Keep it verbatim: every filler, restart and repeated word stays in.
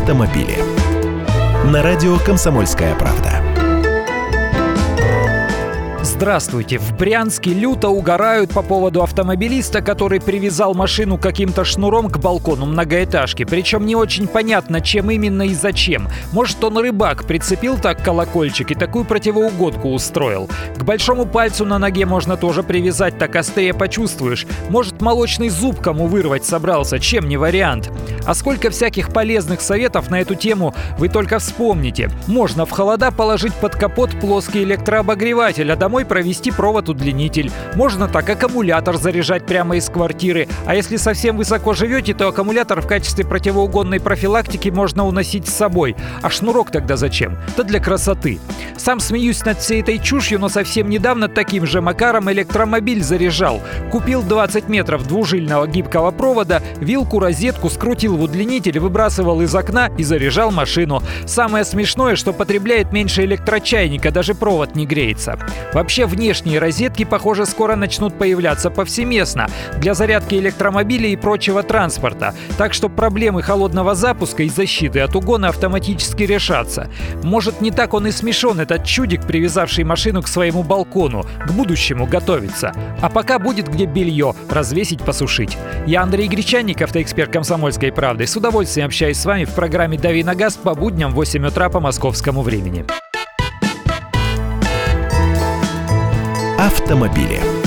автомобили. На радио «Комсомольская правда». Здравствуйте! В Брянске люто угорают по поводу автомобилиста, который привязал машину каким-то шнуром к балкону многоэтажки. Причем не очень понятно, чем именно и зачем. Может, он рыбак, прицепил так колокольчик и такую противоугодку устроил. К большому пальцу на ноге можно тоже привязать, так острее почувствуешь. Может, молочный зуб кому вырвать собрался, чем не вариант. А сколько всяких полезных советов на эту тему вы только вспомните. Можно в холода положить под капот плоский электрообогреватель, а домой провести провод-удлинитель. Можно так аккумулятор заряжать прямо из квартиры. А если совсем высоко живете, то аккумулятор в качестве противоугонной профилактики можно уносить с собой. А шнурок тогда зачем? Да для красоты. Сам смеюсь над всей этой чушью, но совсем недавно таким же макаром электромобиль заряжал. Купил двадцать метров двужильного гибкого провода, вилку, розетку, скрутил в удлинитель, выбрасывал из окна и заряжал машину. Самое смешное, что потребляет меньше электрочайника, даже провод не греется. Вообще, внешние розетки, похоже, скоро начнут появляться повсеместно для зарядки электромобилей и прочего транспорта. Так что проблемы холодного запуска и защиты от угона автоматически решатся. Может, не так он и смешон, этот чудик, привязавший машину к своему балкону. К будущему готовится. А пока будет где белье развесить, посушить. Я Андрей Гречанник, автоэксперт «Комсомольской правды». С удовольствием общаюсь с вами в программе «Дави на газ» по будням в восемь утра по московскому времени. Автомобили.